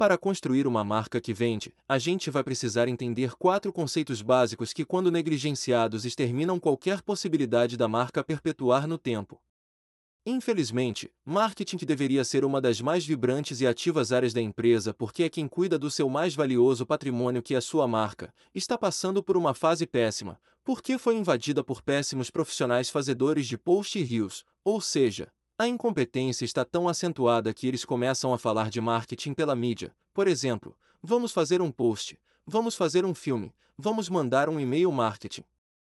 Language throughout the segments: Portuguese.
Para construir uma marca que vende, a gente vai precisar entender 4 conceitos básicos que, quando negligenciados, exterminam qualquer possibilidade da marca perpetuar no tempo. Infelizmente, marketing que deveria ser uma das mais vibrantes e ativas áreas da empresa porque é quem cuida do seu mais valioso patrimônio que é a sua marca, está passando por uma fase péssima, porque foi invadida por péssimos profissionais fazedores de post e reels, ou seja, a incompetência está tão acentuada que eles começam a falar de marketing pela mídia. Por exemplo, vamos fazer um post, vamos fazer um filme, vamos mandar um e-mail marketing.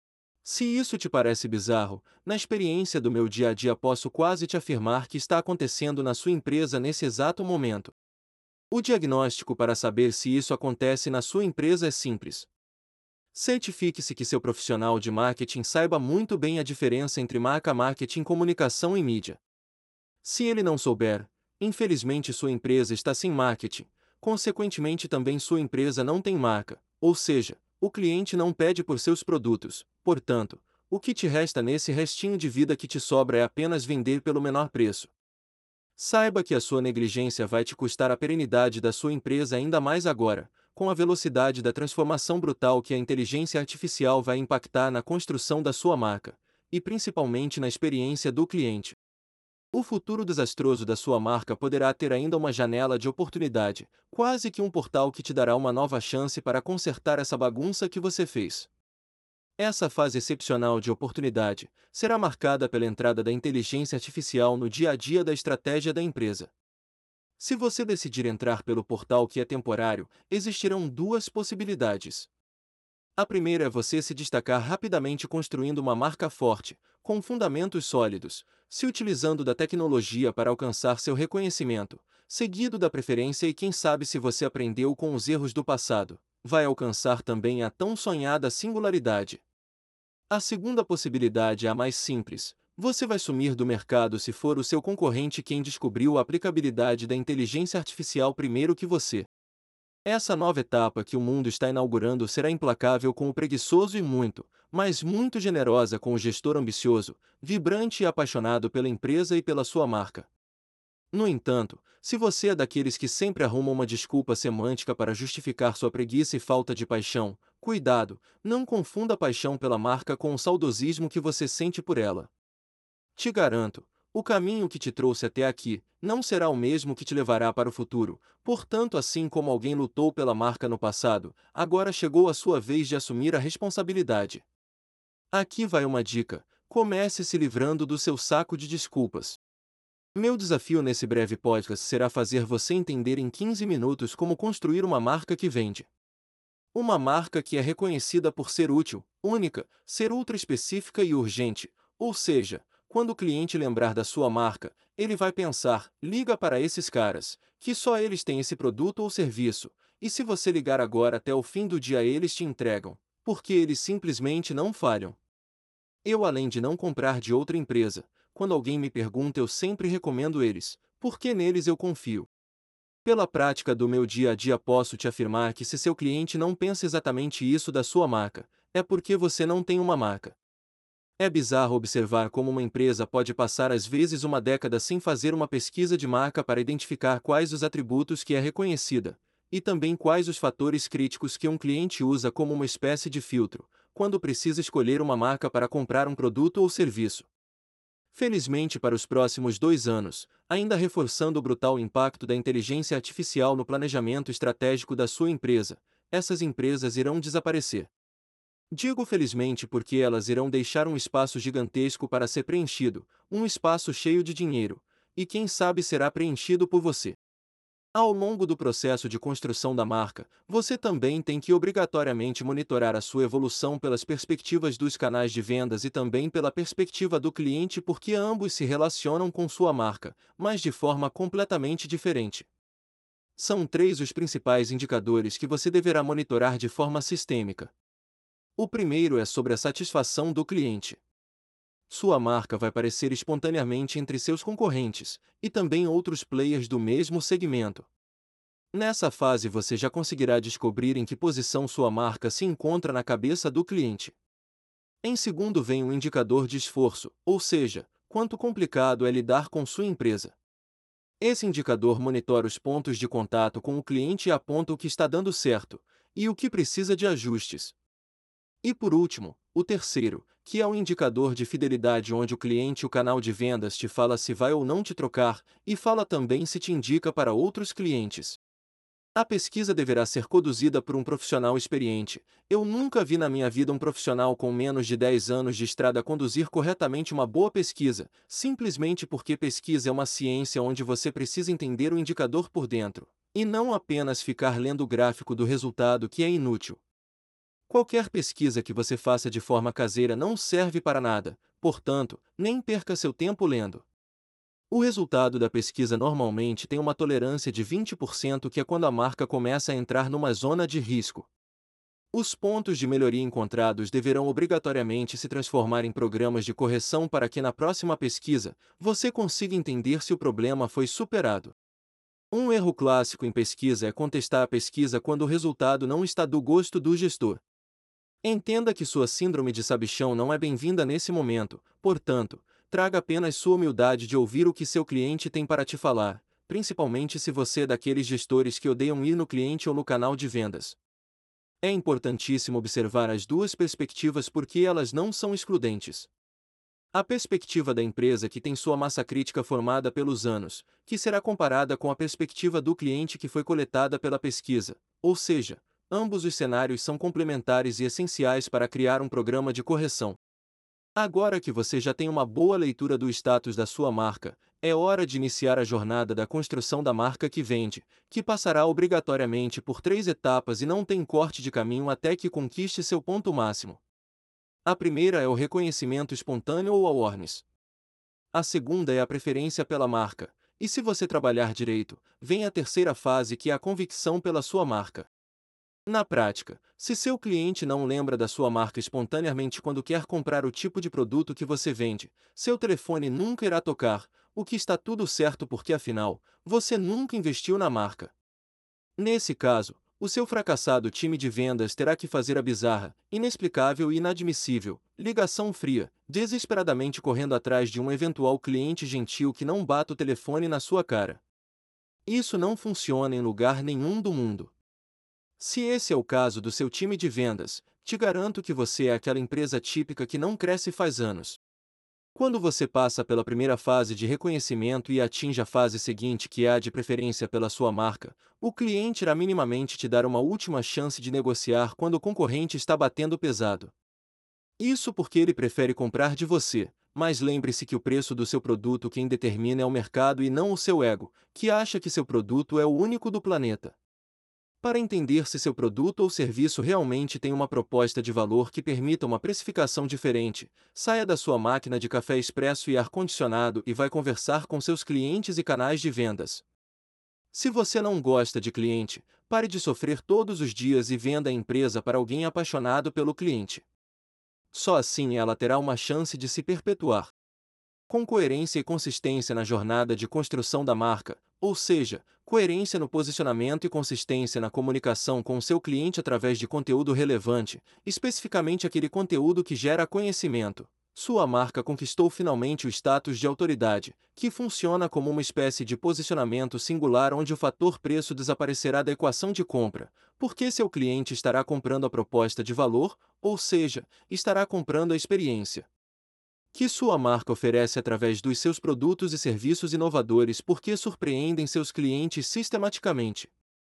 Se isso te parece bizarro, na experiência do meu dia a dia posso quase te afirmar que está acontecendo na sua empresa nesse exato momento. O diagnóstico para saber se isso acontece na sua empresa é simples. Certifique-se que seu profissional de marketing saiba muito bem a diferença entre marca, marketing, comunicação e mídia. Se ele não souber, infelizmente sua empresa está sem marketing, consequentemente também sua empresa não tem marca, ou seja, o cliente não pede por seus produtos, portanto, o que te resta nesse restinho de vida que te sobra é apenas vender pelo menor preço. Saiba que a sua negligência vai te custar a perenidade da sua empresa ainda mais agora, com a velocidade da transformação brutal que a inteligência artificial vai impactar na construção da sua marca, e principalmente na experiência do cliente. O futuro desastroso da sua marca poderá ter ainda uma janela de oportunidade, quase que um portal que te dará uma nova chance para consertar essa bagunça que você fez. Essa fase excepcional de oportunidade será marcada pela entrada da inteligência artificial no dia a dia da estratégia da empresa. Se você decidir entrar pelo portal que é temporário, existirão 2 possibilidades. A primeira é você se destacar rapidamente construindo uma marca forte, com fundamentos sólidos, se utilizando da tecnologia para alcançar seu reconhecimento, seguido da preferência e quem sabe se você aprendeu com os erros do passado, vai alcançar também a tão sonhada singularidade. A segunda possibilidade é a mais simples. Você vai sumir do mercado se for o seu concorrente quem descobriu a aplicabilidade da inteligência artificial primeiro que você. Essa nova etapa que o mundo está inaugurando será implacável com o preguiçoso e muito, mas muito generosa com o gestor ambicioso, vibrante e apaixonado pela empresa e pela sua marca. No entanto, se você é daqueles que sempre arruma uma desculpa semântica para justificar sua preguiça e falta de paixão, cuidado, não confunda a paixão pela marca com o saudosismo que você sente por ela. Te garanto, o caminho que te trouxe até aqui não será o mesmo que te levará para o futuro, portanto, assim como alguém lutou pela marca no passado, agora chegou a sua vez de assumir a responsabilidade. Aqui vai uma dica: comece se livrando do seu saco de desculpas. Meu desafio nesse breve podcast será fazer você entender em 15 minutos como construir uma marca que vende. Uma marca que é reconhecida por ser útil, única, ser ultra específica e urgente, ou seja, quando o cliente lembrar da sua marca, ele vai pensar: liga para esses caras, que só eles têm esse produto ou serviço, e se você ligar agora até o fim do dia eles te entregam, porque eles simplesmente não falham. Eu, além de não comprar de outra empresa, quando alguém me pergunta eu sempre recomendo eles, porque neles eu confio. Pela prática do meu dia a dia posso te afirmar que se seu cliente não pensa exatamente isso da sua marca, é porque você não tem uma marca. É bizarro observar como uma empresa pode passar às vezes uma década sem fazer uma pesquisa de marca para identificar quais os atributos que é reconhecida, e também quais os fatores críticos que um cliente usa como uma espécie de filtro, quando precisa escolher uma marca para comprar um produto ou serviço. Felizmente para os próximos 2 anos, ainda reforçando o brutal impacto da inteligência artificial no planejamento estratégico da sua empresa, essas empresas irão desaparecer. Digo felizmente porque elas irão deixar um espaço gigantesco para ser preenchido, um espaço cheio de dinheiro, e quem sabe será preenchido por você. Ao longo do processo de construção da marca, você também tem que obrigatoriamente monitorar a sua evolução pelas perspectivas dos canais de vendas e também pela perspectiva do cliente porque ambos se relacionam com sua marca, mas de forma completamente diferente. São 3 os principais indicadores que você deverá monitorar de forma sistêmica. O primeiro é sobre a satisfação do cliente. Sua marca vai aparecer espontaneamente entre seus concorrentes, e também outros players do mesmo segmento. Nessa fase você já conseguirá descobrir em que posição sua marca se encontra na cabeça do cliente. Em segundo vem o indicador de esforço, ou seja, quanto complicado é lidar com sua empresa. Esse indicador monitora os pontos de contato com o cliente e aponta o que está dando certo e o que precisa de ajustes. E por último, o terceiro, que é o indicador de fidelidade, onde o cliente e o canal de vendas te fala se vai ou não te trocar, e fala também se te indica para outros clientes. A pesquisa deverá ser conduzida por um profissional experiente. Eu nunca vi na minha vida um profissional com menos de 10 anos de estrada conduzir corretamente uma boa pesquisa, simplesmente porque pesquisa é uma ciência onde você precisa entender o indicador por dentro, e não apenas ficar lendo o gráfico do resultado, que é inútil. Qualquer pesquisa que você faça de forma caseira não serve para nada, portanto, nem perca seu tempo lendo. O resultado da pesquisa normalmente tem uma tolerância de 20%, que é quando a marca começa a entrar numa zona de risco. Os pontos de melhoria encontrados deverão obrigatoriamente se transformar em programas de correção para que na próxima pesquisa você consiga entender se o problema foi superado. Um erro clássico em pesquisa é contestar a pesquisa quando o resultado não está do gosto do gestor. Entenda que sua síndrome de sabichão não é bem-vinda nesse momento, portanto, traga apenas sua humildade de ouvir o que seu cliente tem para te falar, principalmente se você é daqueles gestores que odeiam ir no cliente ou no canal de vendas. É importantíssimo observar as duas perspectivas porque elas não são excludentes. A perspectiva da empresa, que tem sua massa crítica formada pelos anos, que será comparada com a perspectiva do cliente, que foi coletada pela pesquisa, ou seja, ambos os cenários são complementares e essenciais para criar um programa de correção. Agora que você já tem uma boa leitura do status da sua marca, é hora de iniciar a jornada da construção da marca que vende, que passará obrigatoriamente por 3 etapas e não tem corte de caminho até que conquiste seu ponto máximo. A primeira é o reconhecimento espontâneo ou awareness. A segunda é a preferência pela marca, e se você trabalhar direito, vem a terceira fase, que é a convicção pela sua marca. Na prática, se seu cliente não lembra da sua marca espontaneamente quando quer comprar o tipo de produto que você vende, seu telefone nunca irá tocar, o que está tudo certo porque afinal, você nunca investiu na marca. Nesse caso, o seu fracassado time de vendas terá que fazer a bizarra, inexplicável e inadmissível ligação fria, desesperadamente correndo atrás de um eventual cliente gentil que não bata o telefone na sua cara. Isso não funciona em lugar nenhum do mundo. Se esse é o caso do seu time de vendas, te garanto que você é aquela empresa típica que não cresce faz anos. Quando você passa pela primeira fase de reconhecimento e atinge a fase seguinte, que é a de preferência pela sua marca, o cliente irá minimamente te dar uma última chance de negociar quando o concorrente está batendo pesado. Isso porque ele prefere comprar de você, mas lembre-se que o preço do seu produto quem determina é o mercado e não o seu ego, que acha que seu produto é o único do planeta. Para entender se seu produto ou serviço realmente tem uma proposta de valor que permita uma precificação diferente, saia da sua máquina de café expresso e ar-condicionado e vai conversar com seus clientes e canais de vendas. Se você não gosta de cliente, pare de sofrer todos os dias e venda a empresa para alguém apaixonado pelo cliente. Só assim ela terá uma chance de se perpetuar. Com coerência e consistência na jornada de construção da marca, ou seja, coerência no posicionamento e consistência na comunicação com o seu cliente através de conteúdo relevante, especificamente aquele conteúdo que gera conhecimento. Sua marca conquistou finalmente o status de autoridade, que funciona como uma espécie de posicionamento singular onde o fator preço desaparecerá da equação de compra, porque seu cliente estará comprando a proposta de valor, ou seja, estará comprando a experiência que sua marca oferece através dos seus produtos e serviços inovadores, porque surpreendem seus clientes sistematicamente.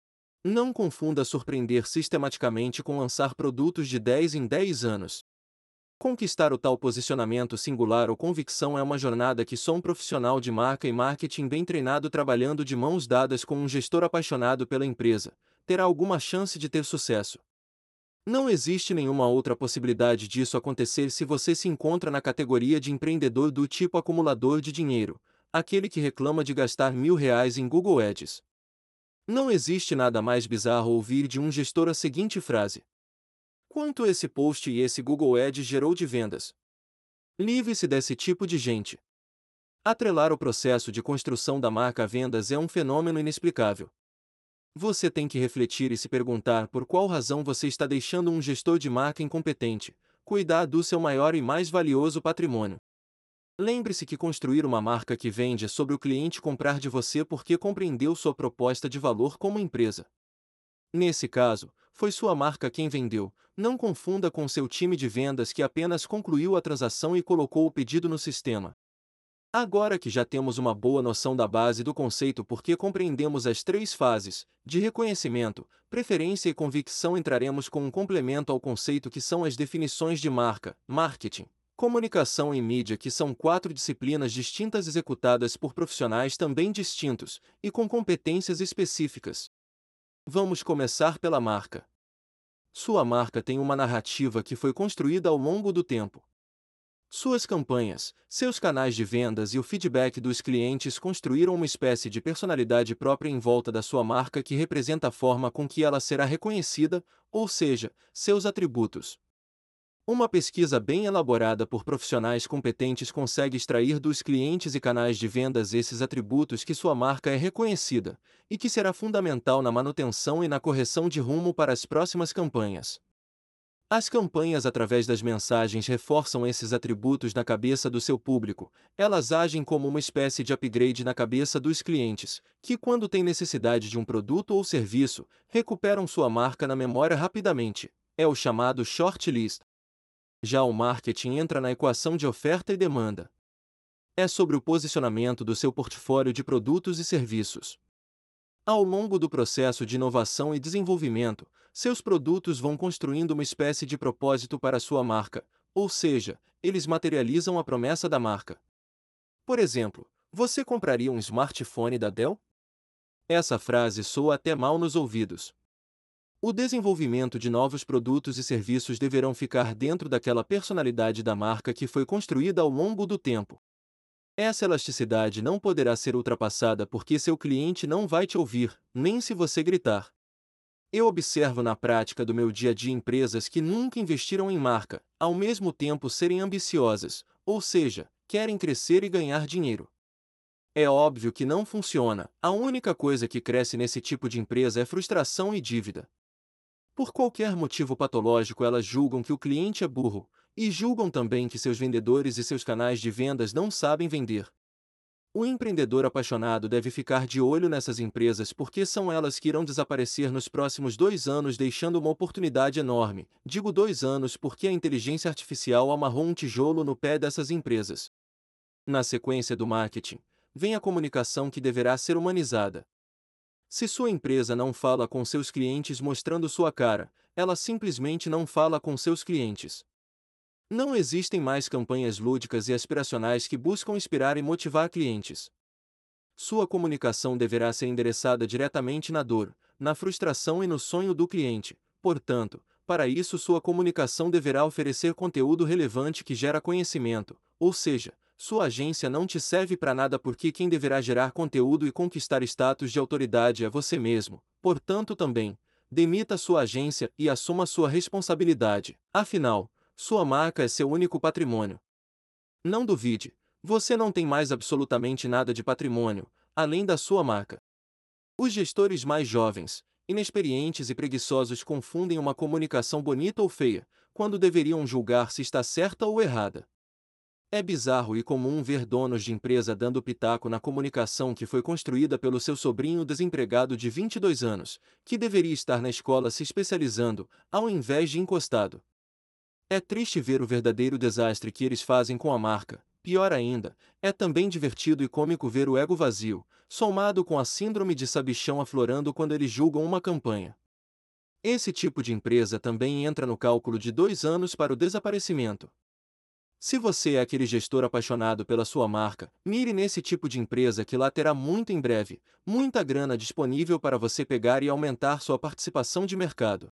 Não confunda surpreender sistematicamente com lançar produtos de 10 em 10 anos. Conquistar o tal posicionamento singular ou convicção é uma jornada que só um profissional de marca e marketing bem treinado, trabalhando de mãos dadas com um gestor apaixonado pela empresa, terá alguma chance de ter sucesso. Não existe nenhuma outra possibilidade disso acontecer se você se encontra na categoria de empreendedor do tipo acumulador de dinheiro, aquele que reclama de gastar R$ 1.000 em Google Ads. Não existe nada mais bizarro ouvir de um gestor a seguinte frase: quanto esse post e esse Google Ads gerou de vendas? Livre-se desse tipo de gente. Atrelar o processo de construção da marca a vendas é um fenômeno inexplicável. Você tem que refletir e se perguntar por qual razão você está deixando um gestor de marca incompetente cuidar do seu maior e mais valioso patrimônio. Lembre-se que construir uma marca que vende é sobre o cliente comprar de você porque compreendeu sua proposta de valor como empresa. Nesse caso, foi sua marca quem vendeu. Não confunda com seu time de vendas que apenas concluiu a transação e colocou o pedido no sistema. Agora que já temos uma boa noção da base do conceito porque compreendemos as três fases, de reconhecimento, preferência e convicção, entraremos com um complemento ao conceito que são as definições de marca, marketing, comunicação e mídia, que são quatro disciplinas distintas executadas por profissionais também distintos, e com competências específicas. Vamos começar pela marca. Sua marca tem uma narrativa que foi construída ao longo do tempo. Suas campanhas, seus canais de vendas e o feedback dos clientes construíram uma espécie de personalidade própria em volta da sua marca que representa a forma com que ela será reconhecida, ou seja, seus atributos. Uma pesquisa bem elaborada por profissionais competentes consegue extrair dos clientes e canais de vendas esses atributos que sua marca é reconhecida, e que será fundamental na manutenção e na correção de rumo para as próximas campanhas. As campanhas através das mensagens reforçam esses atributos na cabeça do seu público. Elas agem como uma espécie de upgrade na cabeça dos clientes, que quando têm necessidade de um produto ou serviço, recuperam sua marca na memória rapidamente. É o chamado shortlist. Já o marketing entra na equação de oferta e demanda. É sobre o posicionamento do seu portfólio de produtos e serviços. Ao longo do processo de inovação e desenvolvimento, seus produtos vão construindo uma espécie de propósito para sua marca, ou seja, eles materializam a promessa da marca. Por exemplo, você compraria um smartphone da Dell? Essa frase soa até mal nos ouvidos. O desenvolvimento de novos produtos e serviços deverão ficar dentro daquela personalidade da marca que foi construída ao longo do tempo. Essa elasticidade não poderá ser ultrapassada porque seu cliente não vai te ouvir, nem se você gritar. Eu observo na prática do meu dia a dia empresas que nunca investiram em marca, ao mesmo tempo serem ambiciosas, ou seja, querem crescer e ganhar dinheiro. É óbvio que não funciona, a única coisa que cresce nesse tipo de empresa é frustração e dívida. Por qualquer motivo patológico, elas julgam que o cliente é burro, e julgam também que seus vendedores e seus canais de vendas não sabem vender. O empreendedor apaixonado deve ficar de olho nessas empresas porque são elas que irão desaparecer nos próximos 2 anos, deixando uma oportunidade enorme. Digo 2 anos porque a inteligência artificial amarrou um tijolo no pé dessas empresas. Na sequência do marketing, vem a comunicação que deverá ser humanizada. Se sua empresa não fala com seus clientes mostrando sua cara, ela simplesmente não fala com seus clientes. Não existem mais campanhas lúdicas e aspiracionais que buscam inspirar e motivar clientes. Sua comunicação deverá ser endereçada diretamente na dor, na frustração e no sonho do cliente. Portanto, para isso sua comunicação deverá oferecer conteúdo relevante que gera conhecimento, ou seja, sua agência não te serve para nada porque quem deverá gerar conteúdo e conquistar status de autoridade é você mesmo. Portanto, também, demita sua agência e assuma sua responsabilidade. Afinal, sua marca é seu único patrimônio. Não duvide, você não tem mais absolutamente nada de patrimônio, além da sua marca. Os gestores mais jovens, inexperientes e preguiçosos confundem uma comunicação bonita ou feia, quando deveriam julgar se está certa ou errada. É bizarro e comum ver donos de empresa dando pitaco na comunicação que foi construída pelo seu sobrinho desempregado de 22 anos, que deveria estar na escola se especializando, ao invés de encostado. É triste ver o verdadeiro desastre que eles fazem com a marca. Pior ainda, é também divertido e cômico ver o ego vazio, somado com a síndrome de sabichão aflorando quando eles julgam uma campanha. Esse tipo de empresa também entra no cálculo de 2 anos para o desaparecimento. Se você é aquele gestor apaixonado pela sua marca, mire nesse tipo de empresa que lá terá muito em breve, muita grana disponível para você pegar e aumentar sua participação de mercado.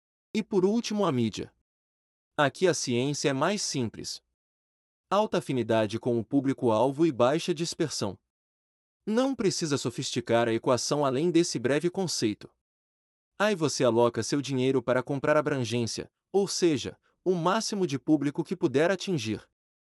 E por último, a mídia. Aqui a ciência é mais simples. Alta afinidade com o público-alvo e baixa dispersão. Não precisa sofisticar a equação além desse breve conceito. Aí você aloca seu dinheiro para comprar abrangência, ou seja, o máximo de público que puder atingir.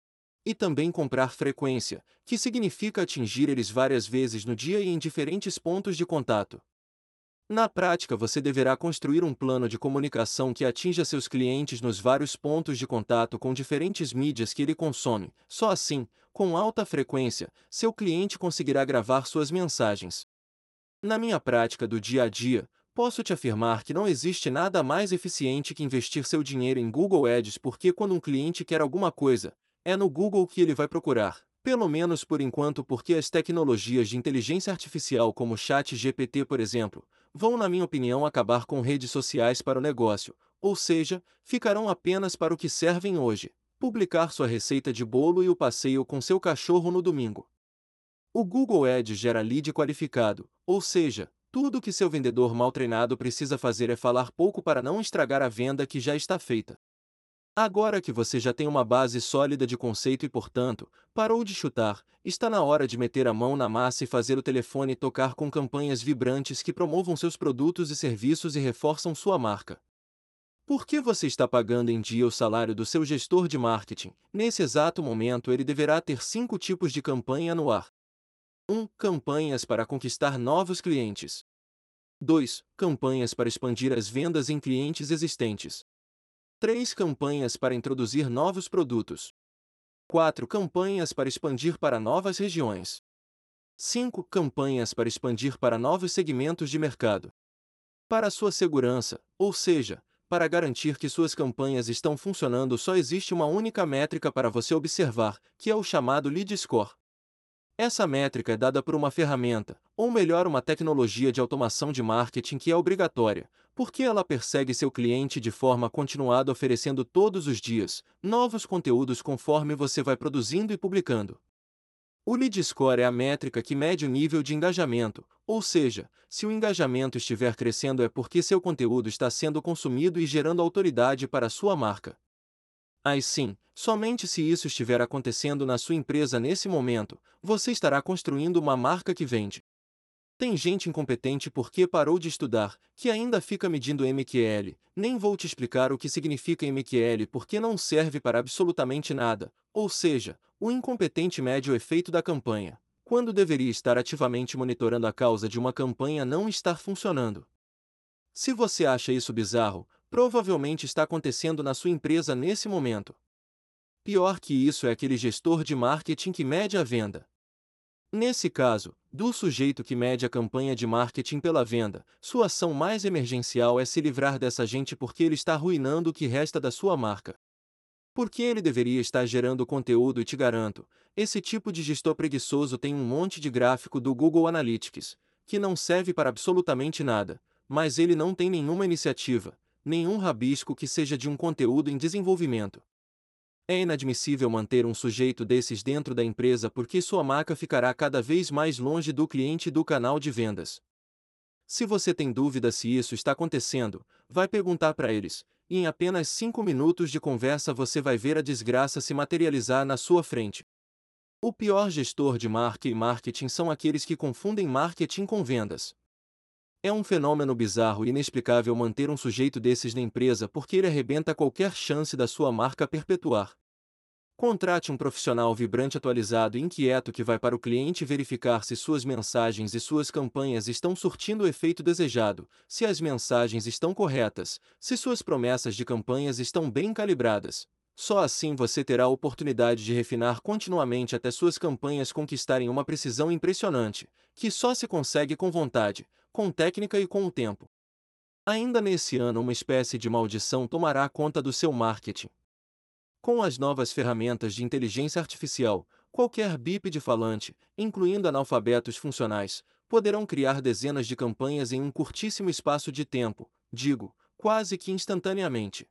E também comprar frequência, que significa atingir eles várias vezes no dia e em diferentes pontos de contato. Na prática, você deverá construir um plano de comunicação que atinja seus clientes nos vários pontos de contato com diferentes mídias que ele consome. Só assim, com alta frequência, seu cliente conseguirá gravar suas mensagens. Na minha prática do dia a dia, posso te afirmar que não existe nada mais eficiente que investir seu dinheiro em Google Ads, porque quando um cliente quer alguma coisa, é no Google que ele vai procurar. Pelo menos por enquanto, porque as tecnologias de inteligência artificial como o ChatGPT, por exemplo, vão, na minha opinião, acabar com redes sociais para o negócio, ou seja, ficarão apenas para o que servem hoje: publicar sua receita de bolo e o passeio com seu cachorro no domingo. O Google Ads gera lead qualificado, ou seja, tudo o que seu vendedor mal treinado precisa fazer é falar pouco para não estragar a venda que já está feita. Agora que você já tem uma base sólida de conceito e, portanto, parou de chutar, está na hora de meter a mão na massa e fazer o telefone tocar com campanhas vibrantes que promovam seus produtos e serviços e reforçam sua marca. Por que você está pagando em dia o salário do seu gestor de marketing? Nesse exato momento, ele deverá ter 5 tipos de campanha no ar. 1. Campanhas para conquistar novos clientes. 2. Campanhas para expandir as vendas em clientes existentes. 3. Campanhas para introduzir novos produtos. 4. Campanhas para expandir para novas regiões. 5. Campanhas para expandir para novos segmentos de mercado. Para sua segurança, ou seja, para garantir que suas campanhas estão funcionando, só existe uma única métrica para você observar, que é o chamado Lead Score. Essa métrica é dada por uma ferramenta, ou melhor, uma tecnologia de automação de marketing que é obrigatória, porque ela persegue seu cliente de forma continuada, oferecendo todos os dias novos conteúdos conforme você vai produzindo e publicando. O Lead Score é a métrica que mede o nível de engajamento, ou seja, se o engajamento estiver crescendo é porque seu conteúdo está sendo consumido e gerando autoridade para a sua marca. Aí sim, somente se isso estiver acontecendo na sua empresa nesse momento, você estará construindo uma marca que vende. Tem gente incompetente porque parou de estudar, que ainda fica medindo MQL. Nem vou te explicar o que significa MQL porque não serve para absolutamente nada, ou seja, o incompetente mede o efeito da campanha, quando deveria estar ativamente monitorando a causa de uma campanha não estar funcionando. Se você acha isso bizarro, provavelmente está acontecendo na sua empresa nesse momento. Pior que isso é aquele gestor de marketing que mede a venda. Nesse caso, do sujeito que mede a campanha de marketing pela venda, sua ação mais emergencial é se livrar dessa gente porque ele está arruinando o que resta da sua marca. Porque ele deveria estar gerando conteúdo e te garanto, esse tipo de gestor preguiçoso tem um monte de gráfico do Google Analytics, que não serve para absolutamente nada, mas ele não tem nenhuma iniciativa, nenhum rabisco que seja de um conteúdo em desenvolvimento. É inadmissível manter um sujeito desses dentro da empresa porque sua marca ficará cada vez mais longe do cliente e do canal de vendas. Se você tem dúvida se isso está acontecendo, vai perguntar para eles, e em apenas 5 minutos de conversa você vai ver a desgraça se materializar na sua frente. O pior gestor de marca e marketing são aqueles que confundem marketing com vendas. É um fenômeno bizarro e inexplicável manter um sujeito desses na empresa porque ele arrebenta qualquer chance da sua marca perpetuar. Contrate um profissional vibrante, atualizado e inquieto que vai para o cliente verificar se suas mensagens e suas campanhas estão surtindo o efeito desejado, se as mensagens estão corretas, se suas promessas de campanhas estão bem calibradas. Só assim você terá a oportunidade de refinar continuamente até suas campanhas conquistarem uma precisão impressionante, que só se consegue com vontade, com técnica e com o tempo. Ainda nesse ano, uma espécie de maldição tomará conta do seu marketing. Com as novas ferramentas de inteligência artificial, qualquer bípede falante, incluindo analfabetos funcionais, poderão criar dezenas de campanhas em um curtíssimo espaço de tempo, digo, quase que instantaneamente.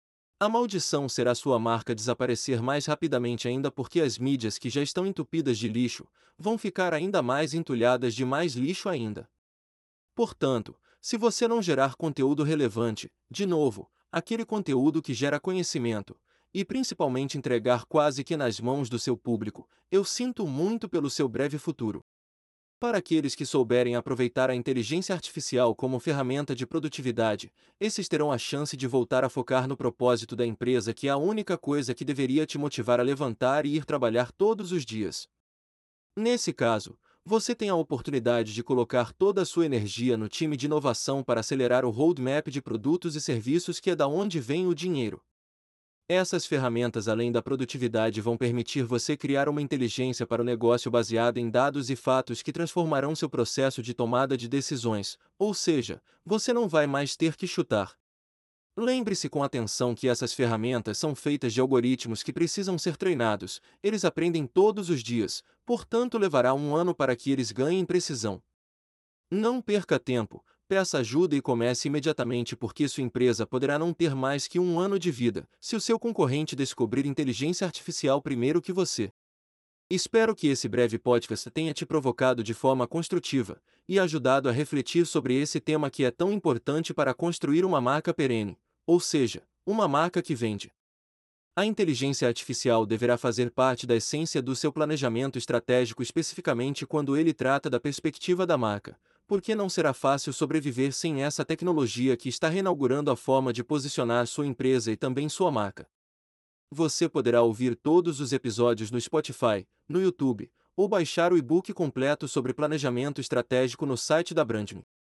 A maldição será sua marca desaparecer mais rapidamente ainda porque as mídias que já estão entupidas de lixo, vão ficar ainda mais entulhadas de mais lixo ainda. Portanto, se você não gerar conteúdo relevante, de novo, aquele conteúdo que gera conhecimento, e principalmente entregar quase que nas mãos do seu público, eu sinto muito pelo seu breve futuro. Para aqueles que souberem aproveitar a inteligência artificial como ferramenta de produtividade, esses terão a chance de voltar a focar no propósito da empresa, que é a única coisa que deveria te motivar a levantar e ir trabalhar todos os dias. Nesse caso, Você tem a oportunidade de colocar toda a sua energia no time de inovação para acelerar o roadmap de produtos e serviços, que é da onde vem o dinheiro. Essas ferramentas, além da produtividade, vão permitir você criar uma inteligência para o negócio baseada em dados e fatos que transformarão seu processo de tomada de decisões, ou seja, você não vai mais ter que chutar. Lembre-se com atenção que essas ferramentas são feitas de algoritmos que precisam ser treinados, eles aprendem todos os dias, portanto levará um ano para que eles ganhem precisão. Não perca tempo, peça ajuda e comece imediatamente, porque sua empresa poderá não ter mais que um ano de vida, se o seu concorrente descobrir inteligência artificial primeiro que você. Espero que esse breve podcast tenha te provocado de forma construtiva e ajudado a refletir sobre esse tema que é tão importante para construir uma marca perene, ou seja, uma marca que vende. A inteligência artificial deverá fazer parte da essência do seu planejamento estratégico, especificamente quando ele trata da perspectiva da marca, porque não será fácil sobreviver sem essa tecnologia que está reinaugurando a forma de posicionar sua empresa e também sua marca. Você poderá ouvir todos os episódios no Spotify, no YouTube, ou baixar o e-book completo sobre planejamento estratégico no site da Brandme.